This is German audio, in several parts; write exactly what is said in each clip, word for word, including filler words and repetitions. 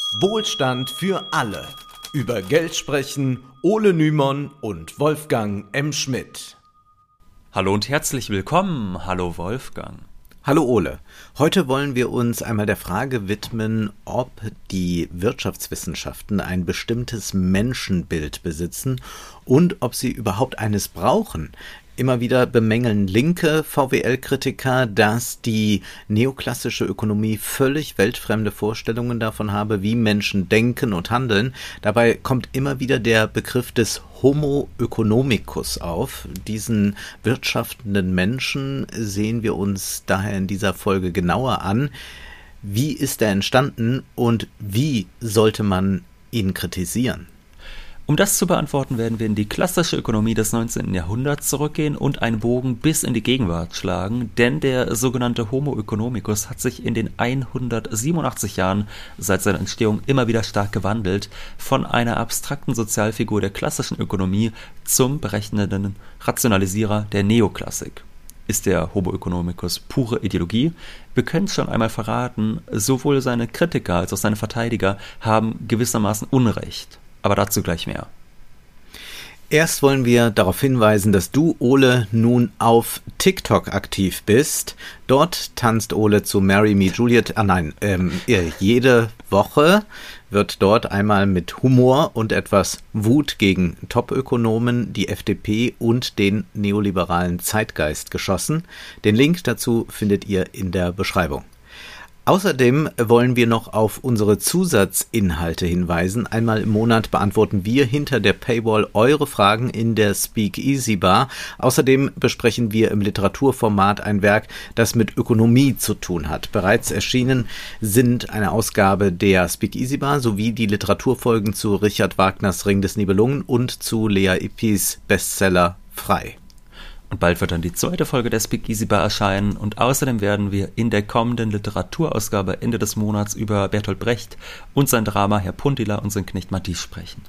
Wohlstand für alle. Über Geld sprechen Ole Nymon und Wolfgang M. Schmidt. Hallo und herzlich willkommen. Hallo Wolfgang. Hallo Ole. Heute wollen wir uns einmal der Frage widmen, ob die Wirtschaftswissenschaften ein bestimmtes Menschenbild besitzen und ob sie überhaupt eines brauchen. Immer wieder bemängeln linke V W L-Kritiker, dass die neoklassische Ökonomie völlig weltfremde Vorstellungen davon habe, wie Menschen denken und handeln. Dabei kommt immer wieder der Begriff des Homo economicus auf. Diesen wirtschaftenden Menschen sehen wir uns daher in dieser Folge genauer an. Wie ist er entstanden und wie sollte man ihn kritisieren? Um das zu beantworten, werden wir in die klassische Ökonomie des neunzehnten Jahrhunderts zurückgehen und einen Bogen bis in die Gegenwart schlagen, denn der sogenannte Homo economicus hat sich in den hundertsiebenundachtzig Jahren seit seiner Entstehung immer wieder stark gewandelt, von einer abstrakten Sozialfigur der klassischen Ökonomie zum berechnenden Rationalisierer der Neoklassik. Ist der Homo economicus pure Ideologie? Wir können es schon einmal verraten, sowohl seine Kritiker als auch seine Verteidiger haben gewissermaßen Unrecht. Aber dazu gleich mehr. Erst wollen wir darauf hinweisen, dass du, Ole, nun auf TikTok aktiv bist. Dort tanzt Ole zu Marry Me Juliet. Ah nein, ähm, jede Woche wird dort einmal mit Humor und etwas Wut gegen Topökonomen, die F D P und den neoliberalen Zeitgeist geschossen. Den Link dazu findet ihr in der Beschreibung. Außerdem wollen wir noch auf unsere Zusatzinhalte hinweisen. Einmal im Monat beantworten wir hinter der Paywall eure Fragen in der Speakeasy Bar. Außerdem besprechen wir im Literaturformat ein Werk, das mit Ökonomie zu tun hat. Bereits erschienen sind eine Ausgabe der Speakeasy Bar sowie die Literaturfolgen zu Richard Wagners Ring des Nibelungen und zu Lea Ypis Bestseller Frei. Und bald wird dann die zweite Folge der Speakeasy Bar erscheinen und außerdem werden wir in der kommenden Literaturausgabe Ende des Monats über Bertolt Brecht und sein Drama Herr Puntila und sein Knecht Mathies sprechen.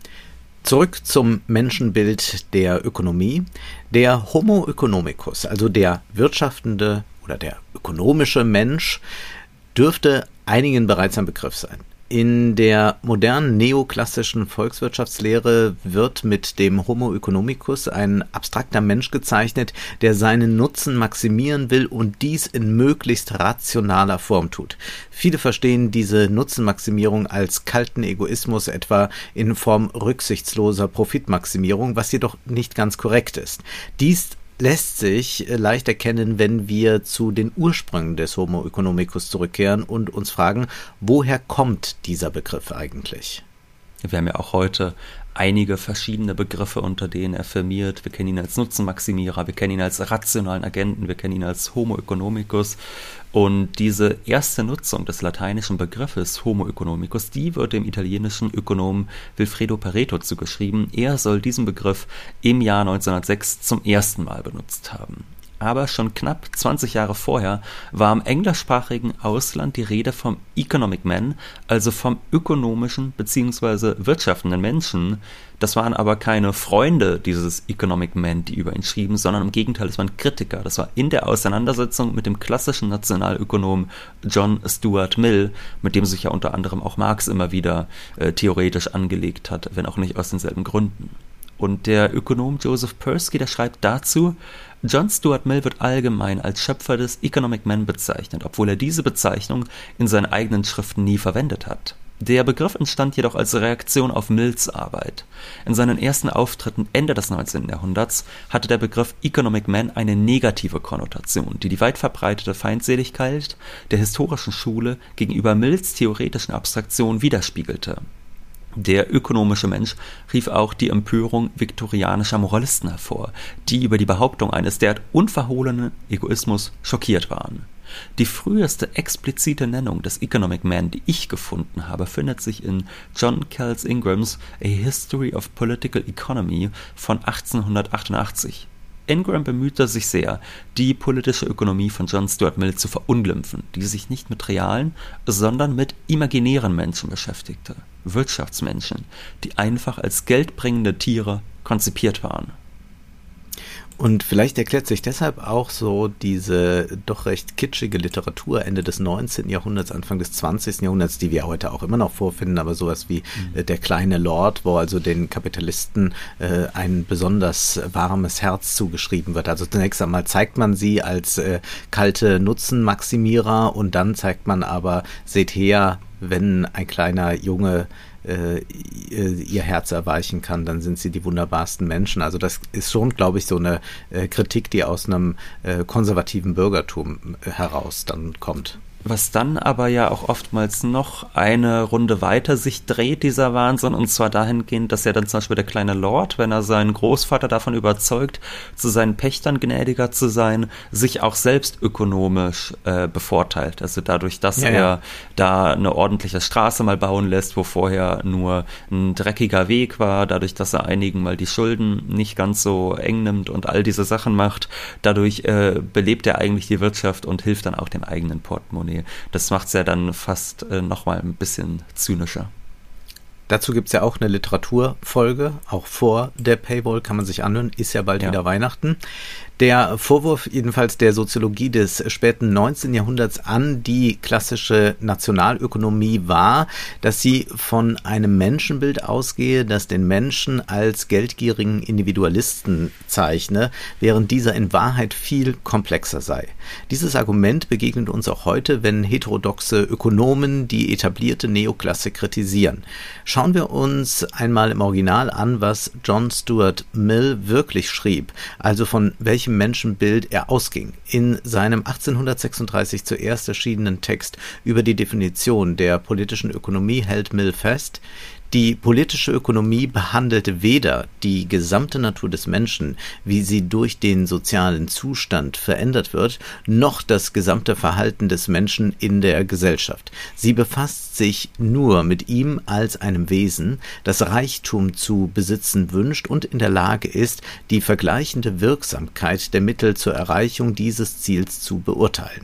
Zurück zum Menschenbild der Ökonomie. Der Homo economicus, also der wirtschaftende oder der ökonomische Mensch, dürfte einigen bereits ein Begriff sein. In der modernen neoklassischen Volkswirtschaftslehre wird mit dem Homo economicus ein abstrakter Mensch gezeichnet, der seinen Nutzen maximieren will und dies in möglichst rationaler Form tut. Viele verstehen diese Nutzenmaximierung als kalten Egoismus, etwa in Form rücksichtsloser Profitmaximierung, was jedoch nicht ganz korrekt ist. Dies lässt sich leicht erkennen, wenn wir zu den Ursprüngen des Homo economicus zurückkehren und uns fragen, woher kommt dieser Begriff eigentlich? Wir haben ja auch heute einige verschiedene Begriffe, unter denen er firmiert. Wir kennen ihn als Nutzenmaximierer, wir kennen ihn als rationalen Agenten, wir kennen ihn als Homo economicus. Und diese erste Nutzung des lateinischen Begriffes Homo economicus, die wird dem italienischen Ökonomen Vilfredo Pareto zugeschrieben. Er soll diesen Begriff im Jahr neunzehnhundertsechs zum ersten Mal benutzt haben. Aber schon knapp zwanzig Jahre vorher war im englischsprachigen Ausland die Rede vom Economic Man, also vom ökonomischen bzw. wirtschaftenden Menschen. Das waren aber keine Freunde dieses Economic Man, die über ihn schrieben, sondern im Gegenteil, das waren Kritiker. Das war in der Auseinandersetzung mit dem klassischen Nationalökonom John Stuart Mill, mit dem sich ja unter anderem auch Marx immer wieder äh, theoretisch angelegt hat, wenn auch nicht aus denselben Gründen. Und der Ökonom Joseph Persky, der schreibt dazu, John Stuart Mill wird allgemein als Schöpfer des Economic Man bezeichnet, obwohl er diese Bezeichnung in seinen eigenen Schriften nie verwendet hat. Der Begriff entstand jedoch als Reaktion auf Mills Arbeit. In seinen ersten Auftritten Ende des neunzehnten Jahrhunderts hatte der Begriff Economic Man eine negative Konnotation, die die weit verbreitete Feindseligkeit der historischen Schule gegenüber Mills theoretischen Abstraktionen widerspiegelte. Der ökonomische Mensch rief auch die Empörung viktorianischer Moralisten hervor, die über die Behauptung eines derart unverhohlenen Egoismus schockiert waren. Die früheste explizite Nennung des Economic Man, die ich gefunden habe, findet sich in John Kells Ingrams A History of Political Economy von achtzehnhundertachtundachtzig. Ingram bemühte sich sehr, die politische Ökonomie von John Stuart Mill zu verunglimpfen, die sich nicht mit realen, sondern mit imaginären Menschen beschäftigte. Wirtschaftsmenschen, die einfach als geldbringende Tiere konzipiert waren. Und vielleicht erklärt sich deshalb auch so diese doch recht kitschige Literatur Ende des neunzehnten Jahrhunderts, Anfang des zwanzigsten Jahrhunderts, die wir heute auch immer noch vorfinden, aber sowas wie mhm. äh, Der kleine Lord, wo also den Kapitalisten äh, ein besonders warmes Herz zugeschrieben wird. Also zunächst einmal zeigt man sie als äh, kalte Nutzenmaximierer und dann zeigt man aber, seht her, wenn ein kleiner Junge äh, ihr Herz erweichen kann, dann sind sie die wunderbarsten Menschen. Also das ist schon, glaube ich, so eine äh, Kritik, die aus einem äh, konservativen Bürgertum äh, heraus dann kommt. Was dann aber ja auch oftmals noch eine Runde weiter sich dreht, dieser Wahnsinn, und zwar dahingehend, dass ja dann zum Beispiel der kleine Lord, wenn er seinen Großvater davon überzeugt, zu seinen Pächtern gnädiger zu sein, sich auch selbst ökonomisch äh, bevorteilt. Also dadurch, dass ja, er ja. da eine ordentliche Straße mal bauen lässt, wo vorher nur ein dreckiger Weg war, dadurch, dass er einigen mal die Schulden nicht ganz so eng nimmt und all diese Sachen macht, dadurch äh, belebt er eigentlich die Wirtschaft und hilft dann auch dem eigenen Portemonnaie. Das macht es ja dann fast äh, nochmal ein bisschen zynischer. Dazu gibt es ja auch eine Literaturfolge, auch vor der Paywall, kann man sich anhören, ist ja bald ja. wieder Weihnachten. Der Vorwurf jedenfalls der Soziologie des späten neunzehnten Jahrhunderts an die klassische Nationalökonomie war, dass sie von einem Menschenbild ausgehe, das den Menschen als geldgierigen Individualisten zeichne, während dieser in Wahrheit viel komplexer sei. Dieses Argument begegnet uns auch heute, wenn heterodoxe Ökonomen die etablierte Neoklasse kritisieren. Schauen wir uns einmal im Original an, was John Stuart Mill wirklich schrieb, also von welchem Menschenbild er ausging. In seinem achtzehnhundertsechsunddreißig zuerst erschienenen Text über die Definition der politischen Ökonomie hält Mill fest: Die politische Ökonomie behandelt weder die gesamte Natur des Menschen, wie sie durch den sozialen Zustand verändert wird, noch das gesamte Verhalten des Menschen in der Gesellschaft. Sie befasst sich nur mit ihm als einem Wesen, das Reichtum zu besitzen wünscht und in der Lage ist, die vergleichende Wirksamkeit der Mittel zur Erreichung dieses Ziels zu beurteilen.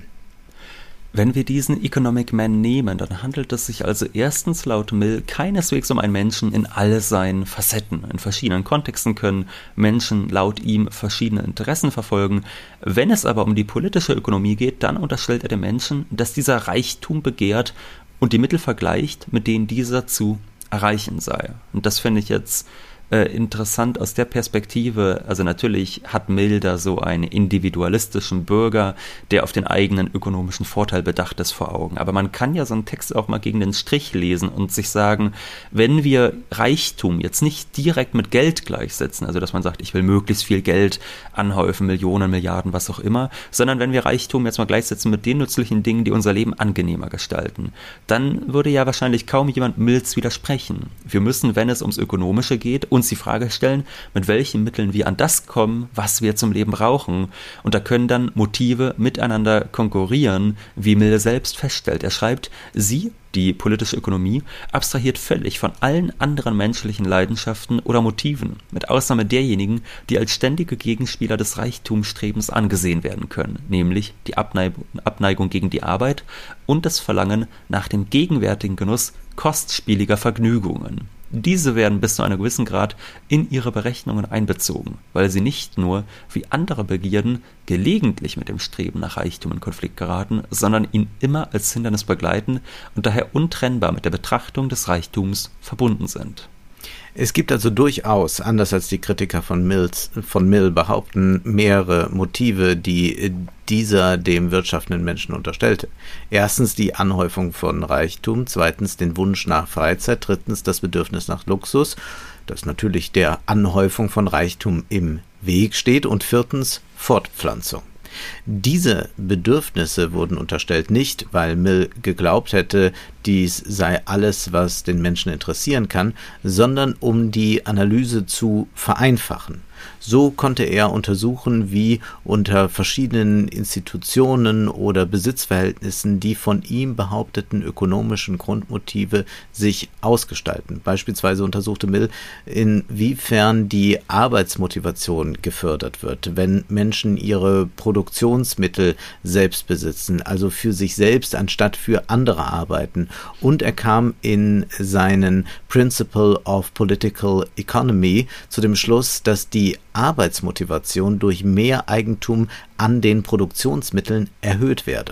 Wenn wir diesen Economic Man nehmen, dann handelt es sich also erstens laut Mill keineswegs um einen Menschen in all seinen Facetten. In verschiedenen Kontexten können Menschen laut ihm verschiedene Interessen verfolgen. Wenn es aber um die politische Ökonomie geht, dann unterstellt er dem Menschen, dass dieser Reichtum begehrt und die Mittel vergleicht, mit denen dieser zu erreichen sei. Und das finde ich jetzt Äh, interessant aus der Perspektive. Also natürlich hat Mill da so einen individualistischen Bürger, der auf den eigenen ökonomischen Vorteil bedacht ist, vor Augen. Aber man kann ja so einen Text auch mal gegen den Strich lesen und sich sagen, wenn wir Reichtum jetzt nicht direkt mit Geld gleichsetzen, also dass man sagt, ich will möglichst viel Geld anhäufen, Millionen, Milliarden, was auch immer, sondern wenn wir Reichtum jetzt mal gleichsetzen mit den nützlichen Dingen, die unser Leben angenehmer gestalten, dann würde ja wahrscheinlich kaum jemand Mills widersprechen. Wir müssen, wenn es ums Ökonomische geht, uns die Frage stellen, mit welchen Mitteln wir an das kommen, was wir zum Leben brauchen. Und da können dann Motive miteinander konkurrieren, wie Mill selbst feststellt. Er schreibt, sie, die politische Ökonomie, abstrahiert völlig von allen anderen menschlichen Leidenschaften oder Motiven, mit Ausnahme derjenigen, die als ständige Gegenspieler des Reichtumsstrebens angesehen werden können, nämlich die Abneigung, Abneigung gegen die Arbeit und das Verlangen nach dem gegenwärtigen Genuss kostspieliger Vergnügungen. Diese werden bis zu einem gewissen Grad in ihre Berechnungen einbezogen, weil sie nicht nur, wie andere Begierden, gelegentlich mit dem Streben nach Reichtum in Konflikt geraten, sondern ihn immer als Hindernis begleiten und daher untrennbar mit der Betrachtung des Reichtums verbunden sind. Es gibt also durchaus, anders als die Kritiker von, Mills, von Mill behaupten, mehrere Motive, die dieser dem wirtschaftenden Menschen unterstellte. Erstens die Anhäufung von Reichtum, zweitens den Wunsch nach Freizeit, drittens das Bedürfnis nach Luxus, das natürlich der Anhäufung von Reichtum im Weg steht, und viertens Fortpflanzung. Diese Bedürfnisse wurden unterstellt nicht, weil Mill geglaubt hätte, dies sei alles, was den Menschen interessieren kann, sondern um die Analyse zu vereinfachen. So konnte er untersuchen, wie unter verschiedenen Institutionen oder Besitzverhältnissen die von ihm behaupteten ökonomischen Grundmotive sich ausgestalten. Beispielsweise untersuchte Mill, inwiefern die Arbeitsmotivation gefördert wird, wenn Menschen ihre Produktionsmittel selbst besitzen, also für sich selbst anstatt für andere arbeiten. Und er kam in seinen Principle of Political Economy zu dem Schluss, dass die die Arbeitsmotivation durch mehr Eigentum an den Produktionsmitteln erhöht werde.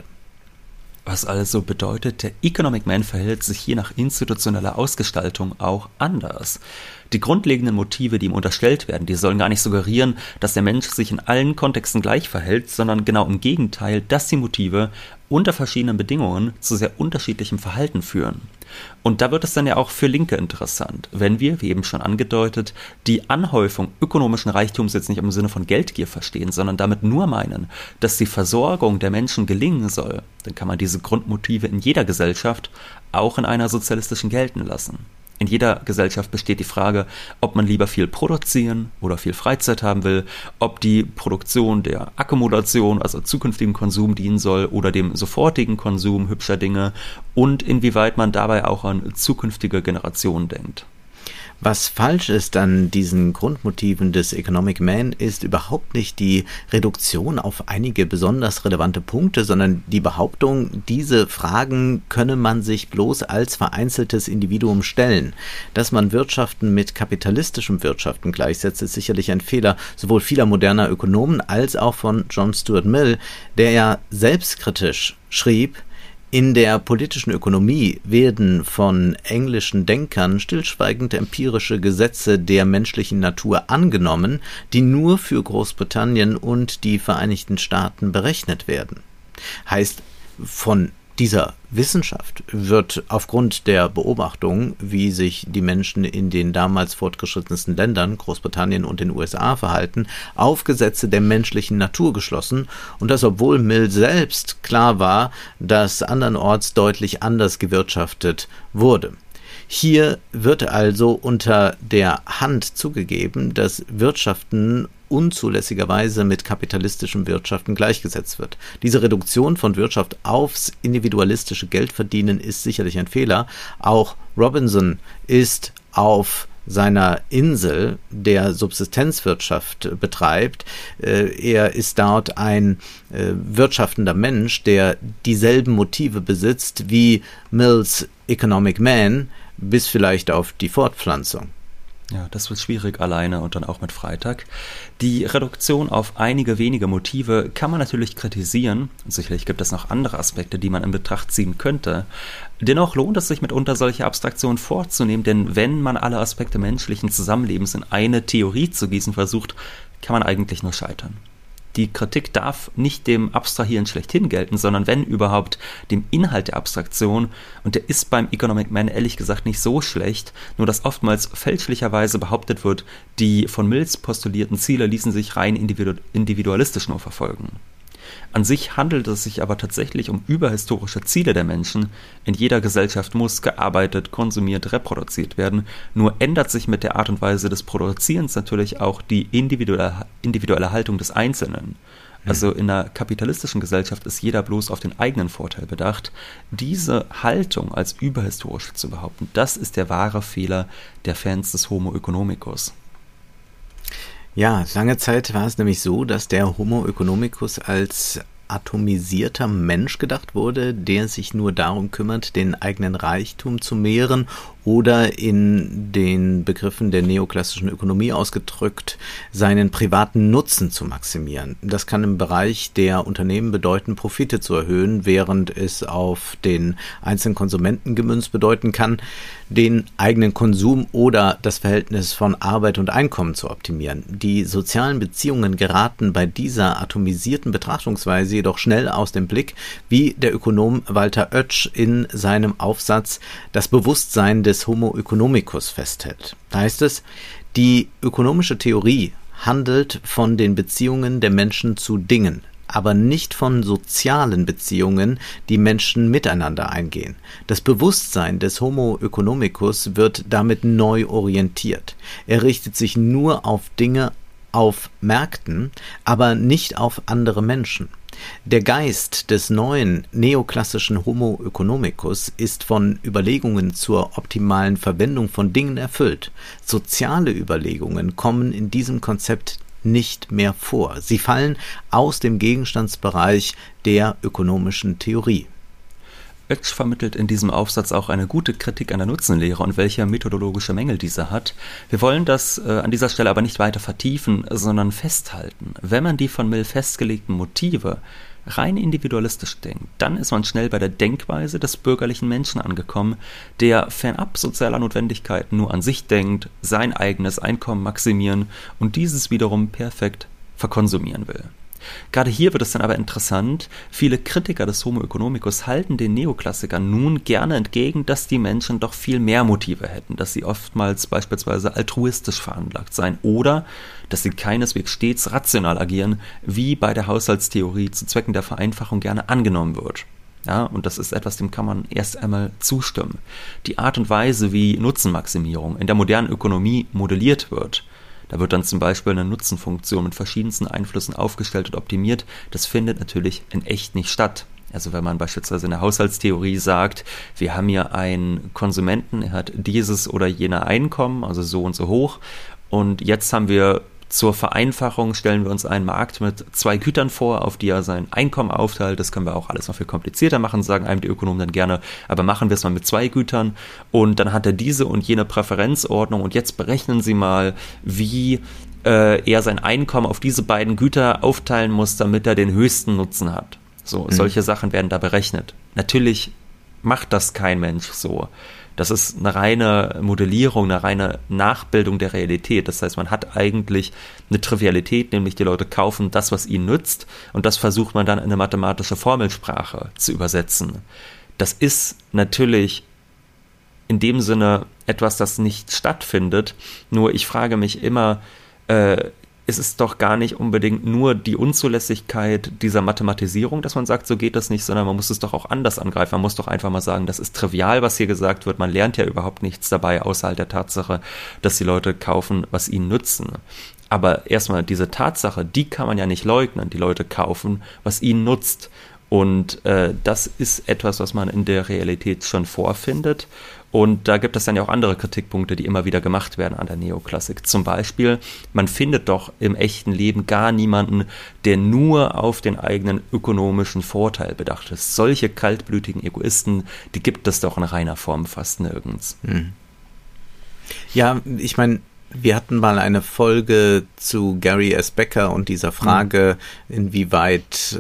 Was also bedeutet, der Economic Man verhält sich je nach institutioneller Ausgestaltung auch anders. Die grundlegenden Motive, die ihm unterstellt werden, die sollen gar nicht suggerieren, dass der Mensch sich in allen Kontexten gleich verhält, sondern genau im Gegenteil, dass die Motive unter verschiedenen Bedingungen zu sehr unterschiedlichem Verhalten führen. Und da wird es dann ja auch für Linke interessant, wenn wir, wie eben schon angedeutet, die Anhäufung ökonomischen Reichtums jetzt nicht im Sinne von Geldgier verstehen, sondern damit nur meinen, dass die Versorgung der Menschen gelingen soll, dann kann man diese Grundmotive in jeder Gesellschaft, auch in einer sozialistischen, gelten lassen. In jeder Gesellschaft besteht die Frage, ob man lieber viel produzieren oder viel Freizeit haben will, ob die Produktion der Akkumulation, also zukünftigen Konsum dienen soll oder dem sofortigen Konsum hübscher Dinge und inwieweit man dabei auch an zukünftige Generationen denkt. Was falsch ist an diesen Grundmotiven des Economic Man, ist überhaupt nicht die Reduktion auf einige besonders relevante Punkte, sondern die Behauptung, diese Fragen könne man sich bloß als vereinzeltes Individuum stellen. Dass man Wirtschaften mit kapitalistischem Wirtschaften gleichsetzt, ist sicherlich ein Fehler sowohl vieler moderner Ökonomen als auch von John Stuart Mill, der ja selbstkritisch schrieb: In der politischen Ökonomie werden von englischen Denkern stillschweigend empirische Gesetze der menschlichen Natur angenommen, die nur für Großbritannien und die Vereinigten Staaten berechnet werden. Heißt, von dieser Wissenschaft wird aufgrund der Beobachtung, wie sich die Menschen in den damals fortgeschrittensten Ländern, Großbritannien und den U S A, verhalten, auf Gesetze der menschlichen Natur geschlossen, und das obwohl Mill selbst klar war, dass andernorts deutlich anders gewirtschaftet wurde. Hier wird also unter der Hand zugegeben, dass Wirtschaften unzulässigerweise mit kapitalistischem Wirtschaften gleichgesetzt wird. Diese Reduktion von Wirtschaft aufs individualistische Geldverdienen ist sicherlich ein Fehler. Auch Robinson ist auf seiner Insel, der Subsistenzwirtschaft betreibt. Er ist dort ein wirtschaftender Mensch, der dieselben Motive besitzt wie Mills Economic Man, bis vielleicht auf die Fortpflanzung. Ja, das wird schwierig alleine und dann auch mit Freitag. Die Reduktion auf einige wenige Motive kann man natürlich kritisieren. Und sicherlich gibt es noch andere Aspekte, die man in Betracht ziehen könnte. Dennoch lohnt es sich mitunter, solche Abstraktionen vorzunehmen, denn wenn man alle Aspekte menschlichen Zusammenlebens in eine Theorie zu gießen versucht, kann man eigentlich nur scheitern. Die Kritik darf nicht dem Abstrahieren schlechthin gelten, sondern wenn überhaupt dem Inhalt der Abstraktion, und der ist beim Economic Man ehrlich gesagt nicht so schlecht, nur dass oftmals fälschlicherweise behauptet wird, die von Mills postulierten Ziele ließen sich rein individu- individualistisch nur verfolgen. An sich handelt es sich aber tatsächlich um überhistorische Ziele der Menschen. In jeder Gesellschaft muss gearbeitet, konsumiert, reproduziert werden. Nur ändert sich mit der Art und Weise des Produzierens natürlich auch die individuelle, individuelle Haltung des Einzelnen. Also in einer kapitalistischen Gesellschaft ist jeder bloß auf den eigenen Vorteil bedacht. Diese Haltung als überhistorisch zu behaupten, das ist der wahre Fehler der Fans des Homo economicus. Ja, lange Zeit war es nämlich so, dass der Homo economicus als atomisierter Mensch gedacht wurde, der sich nur darum kümmert, den eigenen Reichtum zu mehren oder in den Begriffen der neoklassischen Ökonomie ausgedrückt, seinen privaten Nutzen zu maximieren. Das kann im Bereich der Unternehmen bedeuten, Profite zu erhöhen, während es auf den einzelnen Konsumenten gemünzt bedeuten kann, den eigenen Konsum oder das Verhältnis von Arbeit und Einkommen zu optimieren. Die sozialen Beziehungen geraten bei dieser atomisierten Betrachtungsweise jedoch schnell aus dem Blick, wie der Ökonom Walter Oetsch in seinem Aufsatz Das Bewusstsein des Homo economicus festhält. Da heißt es, die ökonomische Theorie handelt von den Beziehungen der Menschen zu Dingen, aber nicht von sozialen Beziehungen, die Menschen miteinander eingehen. Das Bewusstsein des Homo economicus wird damit neu orientiert. Er richtet sich nur auf Dinge auf Märkten, aber nicht auf andere Menschen. Der Geist des neuen neoklassischen Homo economicus ist von Überlegungen zur optimalen Verwendung von Dingen erfüllt. Soziale Überlegungen kommen in diesem Konzept nicht mehr vor. Sie fallen aus dem Gegenstandsbereich der ökonomischen Theorie. Oetsch vermittelt in diesem Aufsatz auch eine gute Kritik an der Nutzenlehre und welche methodologische Mängel diese hat. Wir wollen das äh, an dieser Stelle aber nicht weiter vertiefen, sondern festhalten. Wenn man die von Mill festgelegten Motive rein individualistisch denkt, dann ist man schnell bei der Denkweise des bürgerlichen Menschen angekommen, der fernab sozialer Notwendigkeiten nur an sich denkt, sein eigenes Einkommen maximieren und dieses wiederum perfekt verkonsumieren will. Gerade hier wird es dann aber interessant, viele Kritiker des Homo economicus halten den Neoklassikern nun gerne entgegen, dass die Menschen doch viel mehr Motive hätten, dass sie oftmals beispielsweise altruistisch veranlagt seien oder dass sie keineswegs stets rational agieren, wie bei der Haushaltstheorie zu Zwecken der Vereinfachung gerne angenommen wird. Ja, und das ist etwas, dem kann man erst einmal zustimmen. Die Art und Weise, wie Nutzenmaximierung in der modernen Ökonomie modelliert wird, da wird dann zum Beispiel eine Nutzenfunktion mit verschiedensten Einflüssen aufgestellt und optimiert. Das findet natürlich in echt nicht statt. Also wenn man beispielsweise in der Haushaltstheorie sagt, wir haben hier einen Konsumenten, er hat dieses oder jene Einkommen, also so und so hoch. Und jetzt haben wir zur Vereinfachung, stellen wir uns einen Markt mit zwei Gütern vor, auf die er sein Einkommen aufteilt. Das können wir auch alles noch viel komplizierter machen, sagen einem die Ökonomen dann gerne. Aber machen wir es mal mit zwei Gütern und dann hat er diese und jene Präferenzordnung und jetzt berechnen Sie mal, wie äh, er sein Einkommen auf diese beiden Güter aufteilen muss, damit er den höchsten Nutzen hat. So, mhm. Solche Sachen werden da berechnet. Natürlich macht das kein Mensch so. Das ist eine reine Modellierung, eine reine Nachbildung der Realität. Das heißt, man hat eigentlich eine Trivialität, nämlich die Leute kaufen das, was ihnen nützt, und das versucht man dann in eine mathematische Formelsprache zu übersetzen. Das ist natürlich in dem Sinne etwas, das nicht stattfindet, nur ich frage mich immer, äh, ist es doch gar nicht unbedingt nur die Unzulässigkeit dieser Mathematisierung, dass man sagt, so geht das nicht, sondern man muss es doch auch anders angreifen. Man muss doch einfach mal sagen, das ist trivial, was hier gesagt wird. Man lernt ja überhaupt nichts dabei, außer halt der Tatsache, dass die Leute kaufen, was ihnen nützen. Aber erstmal diese Tatsache, die kann man ja nicht leugnen. Die Leute kaufen, was ihnen nutzt. Und äh, das ist etwas, was man in der Realität schon vorfindet. Und da gibt es dann ja auch andere Kritikpunkte, die immer wieder gemacht werden an der Neoklassik. Zum Beispiel, man findet doch im echten Leben gar niemanden, der nur auf den eigenen ökonomischen Vorteil bedacht ist. Solche kaltblütigen Egoisten, die gibt es doch in reiner Form fast nirgends. Hm. Ja, ich meine, wir hatten mal eine Folge zu Gary S. Becker und dieser Frage, hm. inwieweit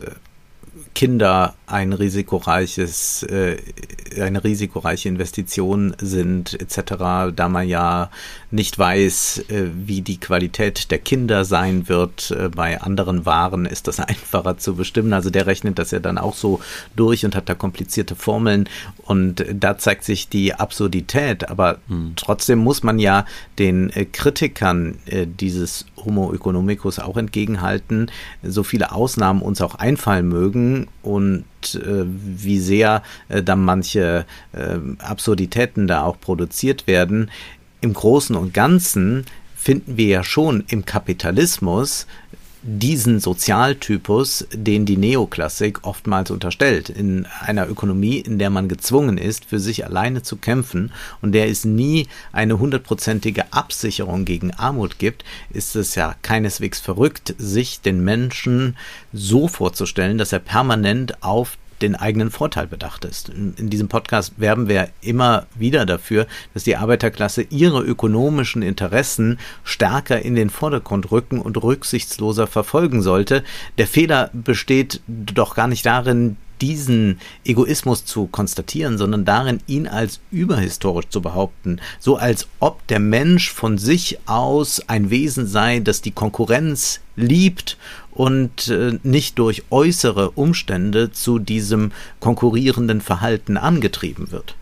Kinder ein risikoreiches, äh, eine risikoreiche Investition sind et cetera, da man ja nicht weiß, äh, wie die Qualität der Kinder sein wird. Äh, bei anderen Waren ist das einfacher zu bestimmen. Also der rechnet das ja dann auch so durch und hat da komplizierte Formeln und äh, da zeigt sich die Absurdität. Aber hm. trotzdem muss man ja den äh, Kritikern äh, dieses Homo economicus auch entgegenhalten, so viele Ausnahmen uns auch einfallen mögen und äh, wie sehr äh, dann manche äh, Absurditäten da auch produziert werden. Im Großen und Ganzen finden wir ja schon im Kapitalismus diesen Sozialtypus, den die Neoklassik oftmals unterstellt, in einer Ökonomie, in der man gezwungen ist, für sich alleine zu kämpfen und der es nie eine hundertprozentige Absicherung gegen Armut gibt, ist es ja keineswegs verrückt, sich den Menschen so vorzustellen, dass er permanent auf den eigenen Vorteil bedacht ist. In diesem Podcast werben wir immer wieder dafür, dass die Arbeiterklasse ihre ökonomischen Interessen stärker in den Vordergrund rücken und rücksichtsloser verfolgen sollte. Der Fehler besteht doch gar nicht darin, diesen Egoismus zu konstatieren, sondern darin, ihn als überhistorisch zu behaupten, so als ob der Mensch von sich aus ein Wesen sei, das die Konkurrenz liebt und äh, nicht durch äußere Umstände zu diesem konkurrierenden Verhalten angetrieben wird.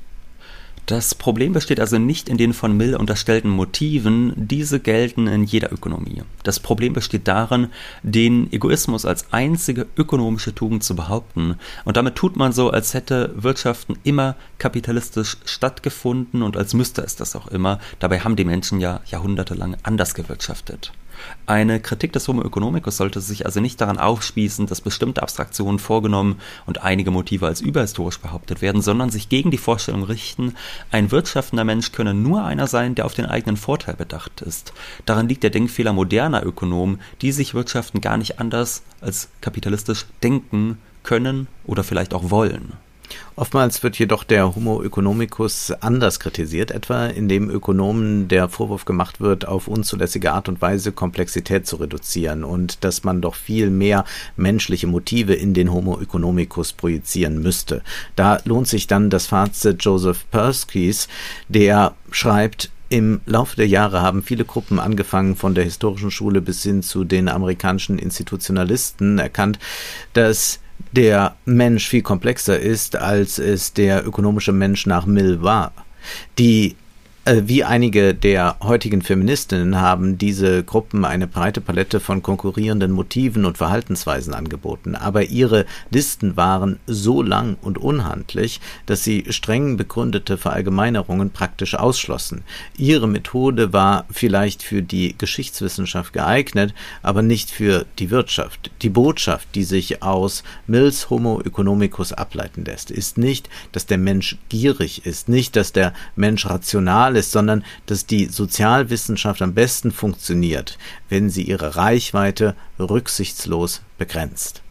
Das Problem besteht also nicht in den von Mill unterstellten Motiven, diese gelten in jeder Ökonomie. Das Problem besteht darin, den Egoismus als einzige ökonomische Tugend zu behaupten. Und damit tut man so, als hätte Wirtschaften immer kapitalistisch stattgefunden und als müsste es das auch immer. Dabei haben die Menschen ja jahrhundertelang anders gewirtschaftet. Eine Kritik des Homo economicus sollte sich also nicht daran aufspießen, dass bestimmte Abstraktionen vorgenommen und einige Motive als überhistorisch behauptet werden, sondern sich gegen die Vorstellung richten, ein wirtschaftender Mensch könne nur einer sein, der auf den eigenen Vorteil bedacht ist. Daran liegt der Denkfehler moderner Ökonomen, die sich Wirtschaften gar nicht anders als kapitalistisch denken können oder vielleicht auch wollen. Oftmals wird jedoch der Homo economicus anders kritisiert, etwa indem Ökonomen der Vorwurf gemacht wird, auf unzulässige Art und Weise Komplexität zu reduzieren und dass man doch viel mehr menschliche Motive in den Homo economicus projizieren müsste. Da lohnt sich dann das Fazit Joseph Perskys, der schreibt: Im Laufe der Jahre haben viele Gruppen, angefangen von der historischen Schule bis hin zu den amerikanischen Institutionalisten, erkannt, dass der Mensch viel komplexer ist, als es der ökonomische Mensch nach Mill war. Die äh, wie einige der heutigen Feministinnen haben diese Gruppen eine breite Palette von konkurrierenden Motiven und Verhaltensweisen angeboten, aber ihre Listen waren so lang und unhandlich, dass sie streng begründete Verallgemeinerungen praktisch ausschlossen. Ihre Methode war vielleicht für die Geschichtswissenschaft geeignet, aber nicht für die Wirtschaft. Die Botschaft, die sich aus Mills Homo economicus ableiten lässt, ist nicht, dass der Mensch gierig ist, nicht, dass der Mensch rational ist, sondern dass die Sozialwissenschaft am besten funktioniert, wenn sie ihre Reichweite rücksichtslos begrenzt.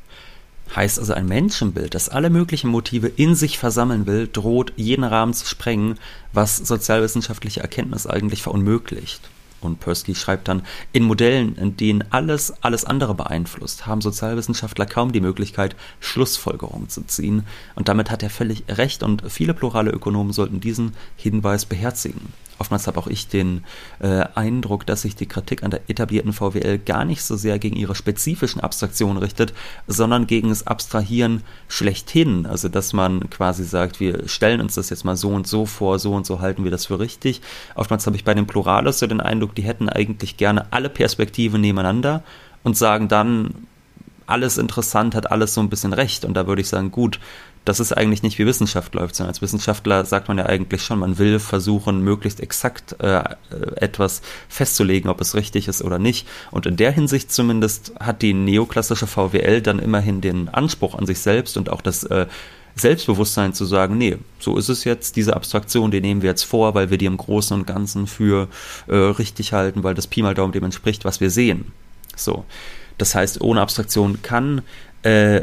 Heißt also, ein Menschenbild, das alle möglichen Motive in sich versammeln will, droht jeden Rahmen zu sprengen, was sozialwissenschaftliche Erkenntnis eigentlich verunmöglicht. Und Persky schreibt dann, in Modellen, in denen alles, alles andere beeinflusst, haben Sozialwissenschaftler kaum die Möglichkeit, Schlussfolgerungen zu ziehen. Und damit hat er völlig recht und viele plurale Ökonomen sollten diesen Hinweis beherzigen. Oftmals habe auch ich den äh, Eindruck, dass sich die Kritik an der etablierten V W L gar nicht so sehr gegen ihre spezifischen Abstraktionen richtet, sondern gegen das Abstrahieren schlechthin. Also dass man quasi sagt, wir stellen uns das jetzt mal so und so vor, so und so halten wir das für richtig. Oftmals habe ich bei den Plurales so den Eindruck, die hätten eigentlich gerne alle Perspektiven nebeneinander und sagen dann, alles interessant, hat alles so ein bisschen recht. Und da würde ich sagen, gut, das ist eigentlich nicht, wie Wissenschaft läuft, sondern als Wissenschaftler sagt man ja eigentlich schon, man will versuchen, möglichst exakt äh, etwas festzulegen, ob es richtig ist oder nicht. Und in der Hinsicht zumindest hat die neoklassische V W L dann immerhin den Anspruch an sich selbst und auch das äh, Selbstbewusstsein zu sagen, nee, so ist es jetzt, diese Abstraktion, die nehmen wir jetzt vor, weil wir die im Großen und Ganzen für äh, richtig halten, weil das Pi mal Daumen dem entspricht, was wir sehen. So, das heißt, ohne Abstraktion kann äh,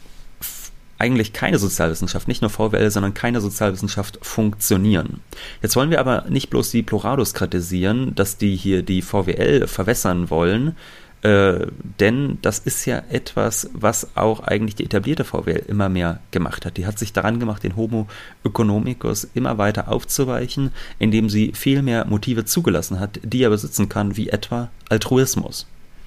eigentlich keine Sozialwissenschaft, nicht nur V W L, sondern keine Sozialwissenschaft funktionieren. Jetzt wollen wir aber nicht bloß die Pluralus kritisieren, dass die hier die V W L verwässern wollen, äh, denn das ist ja etwas, was auch eigentlich die etablierte V W L immer mehr gemacht hat. Die hat sich daran gemacht, den Homo economicus immer weiter aufzuweichen, indem sie viel mehr Motive zugelassen hat, die er besitzen kann, wie etwa Altruismus.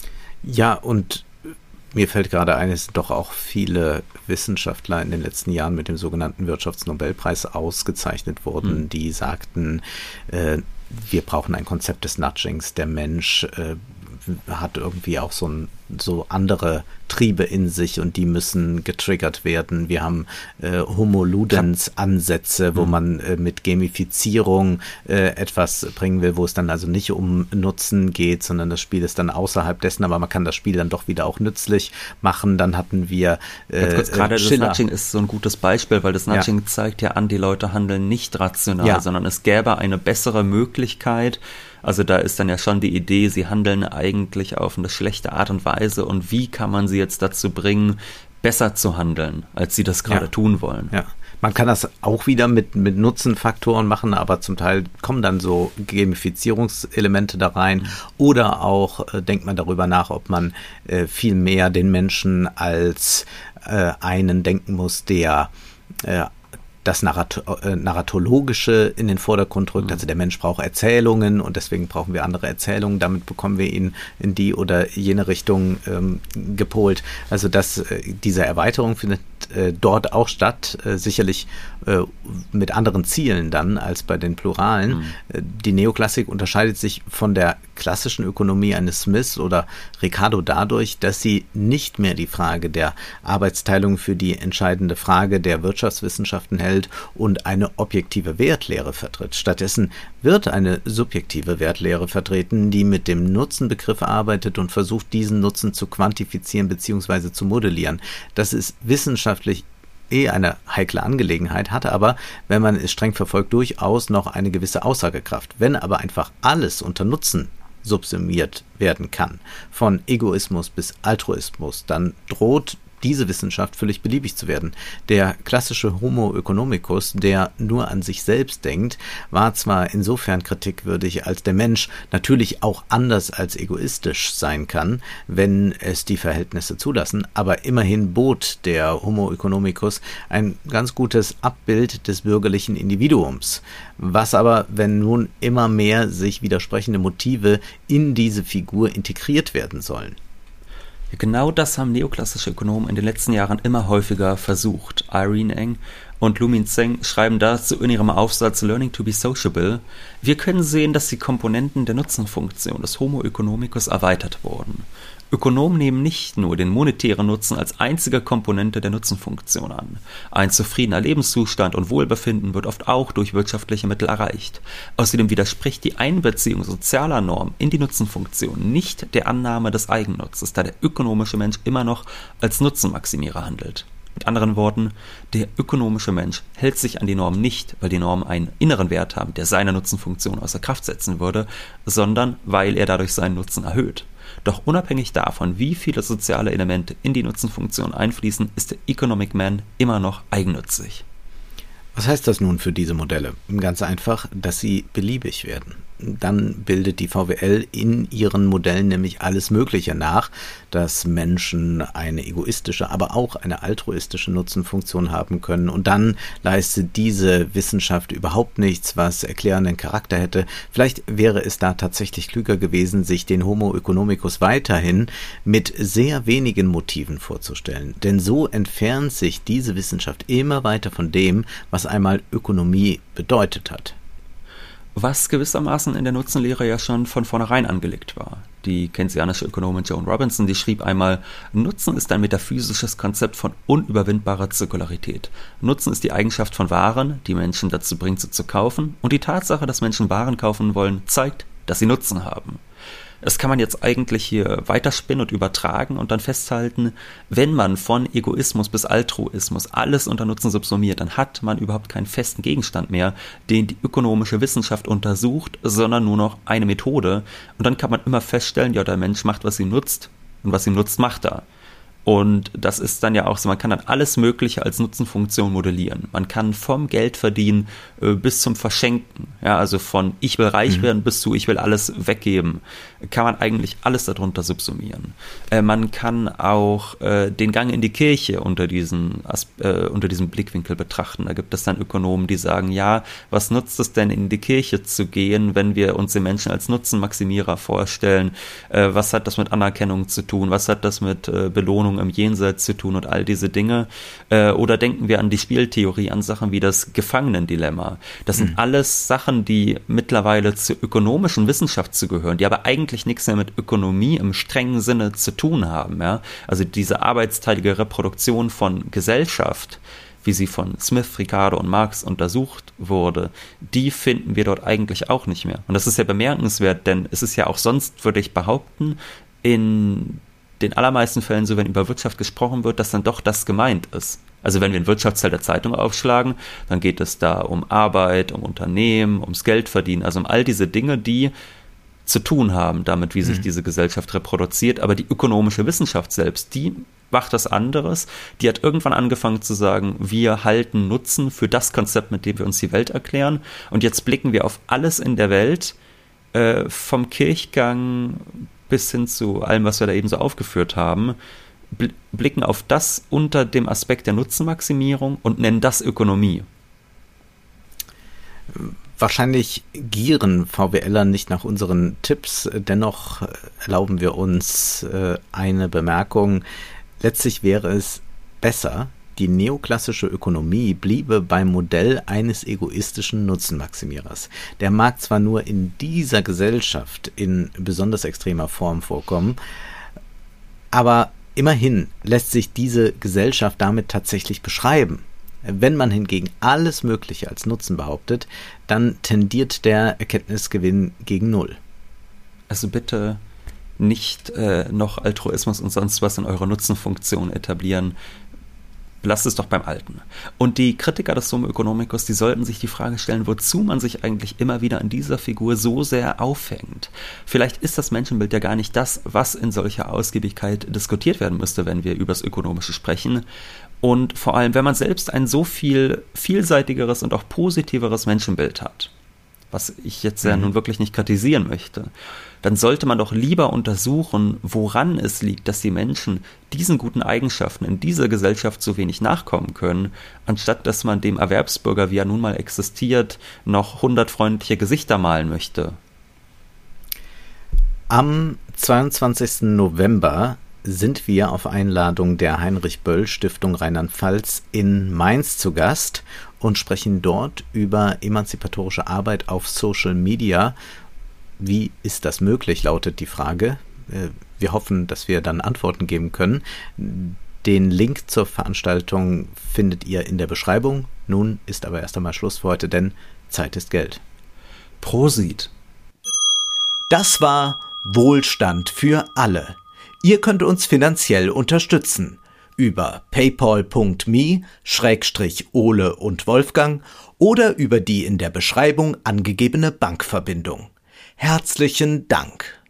Ja, und mir fällt gerade ein, es sind doch auch viele Wissenschaftler in den letzten Jahren mit dem sogenannten Wirtschaftsnobelpreis ausgezeichnet worden, mhm. die sagten, äh, wir brauchen ein Konzept des Nudgings. Der Mensch äh, hat irgendwie auch so, ein, so andere Triebe in sich und die müssen getriggert werden. Wir haben äh, Homo Ludens Ansätze, wo mhm. man äh, mit Gamifizierung äh, etwas bringen will, wo es dann also nicht um Nutzen geht, sondern das Spiel ist dann außerhalb dessen, aber man kann das Spiel dann doch wieder auch nützlich machen. Dann hatten wir äh, Ganz kurz, gerade das Nudging ist so ein gutes Beispiel, weil das Nudging ja. zeigt ja an, die Leute handeln nicht rational, ja. sondern es gäbe eine bessere Möglichkeit. Also da ist dann ja schon die Idee, sie handeln eigentlich auf eine schlechte Art und Weise und wie kann man sie jetzt dazu bringen, besser zu handeln, als sie das gerade ja. tun wollen. Ja. Man kann das auch wieder mit, mit Nutzenfaktoren machen, aber zum Teil kommen dann so Gamifizierungselemente da rein. Mhm. Oder auch äh, denkt man darüber nach, ob man äh, viel mehr den Menschen als äh, einen denken muss, der äh, das Narrat- äh, Narratologische in den Vordergrund rückt. Mhm. Also der Mensch braucht Erzählungen und deswegen brauchen wir andere Erzählungen. Damit bekommen wir ihn in die oder jene Richtung ähm, gepolt. Also das, äh, diese Erweiterung findet äh, dort auch statt, äh, sicherlich äh, mit anderen Zielen dann als bei den Pluralen. Mhm. Äh, die Neoklassik unterscheidet sich von der klassischen Ökonomie eines Smith oder Ricardo dadurch, dass sie nicht mehr die Frage der Arbeitsteilung für die entscheidende Frage der Wirtschaftswissenschaften hält und eine objektive Wertlehre vertritt. Stattdessen wird eine subjektive Wertlehre vertreten, die mit dem Nutzenbegriff arbeitet und versucht, diesen Nutzen zu quantifizieren bzw. zu modellieren. Das ist wissenschaftlich eh eine heikle Angelegenheit, hatte aber, wenn man es streng verfolgt, durchaus noch eine gewisse Aussagekraft. Wenn aber einfach alles unter Nutzen subsumiert werden kann, von Egoismus bis Altruismus, dann droht diese Wissenschaft völlig beliebig zu werden. Der klassische Homo economicus, der nur an sich selbst denkt, war zwar insofern kritikwürdig, als der Mensch natürlich auch anders als egoistisch sein kann, wenn es die Verhältnisse zulassen, aber immerhin bot der Homo economicus ein ganz gutes Abbild des bürgerlichen Individuums. Was aber, wenn nun immer mehr sich widersprechende Motive in diese Figur integriert werden sollen? Genau das haben neoklassische Ökonomen in den letzten Jahren immer häufiger versucht. Irene Eng und Lu-Min Zheng schreiben dazu in ihrem Aufsatz Learning to be Sociable: Wir können sehen, dass die Komponenten der Nutzenfunktion des Homo economicus erweitert wurden. Ökonomen nehmen nicht nur den monetären Nutzen als einzige Komponente der Nutzenfunktion an. Ein zufriedener Lebenszustand und Wohlbefinden wird oft auch durch wirtschaftliche Mittel erreicht. Außerdem widerspricht die Einbeziehung sozialer Normen in die Nutzenfunktion nicht der Annahme des Eigennutzes, da der ökonomische Mensch immer noch als Nutzenmaximierer handelt. Mit anderen Worten, der ökonomische Mensch hält sich an die Norm nicht, weil die Normen einen inneren Wert haben, der seine Nutzenfunktion außer Kraft setzen würde, sondern weil er dadurch seinen Nutzen erhöht. Doch unabhängig davon, wie viele soziale Elemente in die Nutzenfunktion einfließen, ist der Economic Man immer noch eigennützig. Was heißt das nun für diese Modelle? Ganz einfach, dass sie beliebig werden. Dann bildet die V W L in ihren Modellen nämlich alles Mögliche nach, dass Menschen eine egoistische, aber auch eine altruistische Nutzenfunktion haben können. Und dann leistet diese Wissenschaft überhaupt nichts, was erklärenden Charakter hätte. Vielleicht wäre es da tatsächlich klüger gewesen, sich den Homo economicus weiterhin mit sehr wenigen Motiven vorzustellen. Denn so entfernt sich diese Wissenschaft immer weiter von dem, was einmal Ökonomie bedeutet hat. Was gewissermaßen in der Nutzenlehre ja schon von vornherein angelegt war. Die keynesianische Ökonomin Joan Robinson, die schrieb einmal: Nutzen ist ein metaphysisches Konzept von unüberwindbarer Zirkularität. Nutzen ist die Eigenschaft von Waren, die Menschen dazu bringt, sie zu kaufen, und die Tatsache, dass Menschen Waren kaufen wollen, zeigt, dass sie Nutzen haben. Das kann man jetzt eigentlich hier weiterspinnen und übertragen und dann festhalten: Wenn man von Egoismus bis Altruismus alles unter Nutzen subsumiert, dann hat man überhaupt keinen festen Gegenstand mehr, den die ökonomische Wissenschaft untersucht, sondern nur noch eine Methode. Und dann kann man immer feststellen, ja, der Mensch macht, was ihm nutzt, und was ihm nutzt, macht er. Und das ist dann ja auch so, man kann dann alles Mögliche als Nutzenfunktion modellieren. Man kann vom Geld verdienen äh, bis zum Verschenken, ja, also von ich will reich mhm. werden bis zu ich will alles weggeben, kann man eigentlich alles darunter subsumieren. Äh, man kann auch äh, den Gang in die Kirche unter diesen, äh, unter diesem Blickwinkel betrachten. Da gibt es dann Ökonomen, die sagen, ja, was nutzt es denn, in die Kirche zu gehen, wenn wir uns den Menschen als Nutzenmaximierer vorstellen? Äh, was hat das mit Anerkennung zu tun? Was hat das mit äh, Belohnung im Jenseits zu tun und all diese Dinge? Äh, oder denken wir an die Spieltheorie, an Sachen wie das Gefangenendilemma. Das sind mhm. alles Sachen, die mittlerweile zur ökonomischen Wissenschaft zu gehören, die aber eigentlich nichts mehr mit Ökonomie im strengen Sinne zu tun haben. Ja? Also diese arbeitsteilige Reproduktion von Gesellschaft, wie sie von Smith, Ricardo und Marx untersucht wurde, die finden wir dort eigentlich auch nicht mehr. Und das ist ja bemerkenswert, denn es ist ja auch sonst, würde ich behaupten, in den allermeisten Fällen so, wenn über Wirtschaft gesprochen wird, dass dann doch das gemeint ist. Also wenn wir einen Wirtschaftsteil der Zeitung aufschlagen, dann geht es da um Arbeit, um Unternehmen, ums Geldverdienen, also um all diese Dinge, die zu tun haben damit, wie sich mhm. diese Gesellschaft reproduziert. Aber die ökonomische Wissenschaft selbst, die macht das anderes. Die hat irgendwann angefangen zu sagen, wir halten Nutzen für das Konzept, mit dem wir uns die Welt erklären. Und jetzt blicken wir auf alles in der Welt, äh, vom Kirchgang bis hin zu allem, was wir da eben so aufgeführt haben, blicken auf das unter dem Aspekt der Nutzenmaximierung und nennen das Ökonomie. Wahrscheinlich gieren VWLer nicht nach unseren Tipps, dennoch erlauben wir uns eine Bemerkung. Letztlich wäre es besser, die neoklassische Ökonomie bliebe beim Modell eines egoistischen Nutzenmaximierers. Der mag zwar nur in dieser Gesellschaft in besonders extremer Form vorkommen, aber immerhin lässt sich diese Gesellschaft damit tatsächlich beschreiben. Wenn man hingegen alles Mögliche als Nutzen behauptet, dann tendiert der Erkenntnisgewinn gegen Null. Also bitte nicht äh, noch Altruismus und sonst was in eurer Nutzenfunktion etablieren. Lass es doch beim Alten. Und die Kritiker des Homo economicus, die sollten sich die Frage stellen, wozu man sich eigentlich immer wieder an dieser Figur so sehr aufhängt. Vielleicht ist das Menschenbild ja gar nicht das, was in solcher Ausgiebigkeit diskutiert werden müsste, wenn wir über das Ökonomische sprechen. Und vor allem, wenn man selbst ein so viel vielseitigeres und auch positiveres Menschenbild hat, was ich jetzt ja mhm. nun wirklich nicht kritisieren möchte, dann sollte man doch lieber untersuchen, woran es liegt, dass die Menschen diesen guten Eigenschaften in dieser Gesellschaft so wenig nachkommen können, anstatt dass man dem Erwerbsbürger, wie er nun mal existiert, noch hundert freundliche Gesichter malen möchte. Am zweiundzwanzigsten November sind wir auf Einladung der Heinrich-Böll-Stiftung Rheinland-Pfalz in Mainz zu Gast und sprechen dort über emanzipatorische Arbeit auf Social Media. Wie ist das möglich, lautet die Frage. Wir hoffen, dass wir dann Antworten geben können. Den Link zur Veranstaltung findet ihr in der Beschreibung. Nun ist aber erst einmal Schluss für heute, denn Zeit ist Geld. Prosit. Das war Wohlstand für alle. Ihr könnt uns finanziell unterstützen über paypal punkt me Schrägstrich Ole und Wolfgang oder über die in der Beschreibung angegebene Bankverbindung. Herzlichen Dank!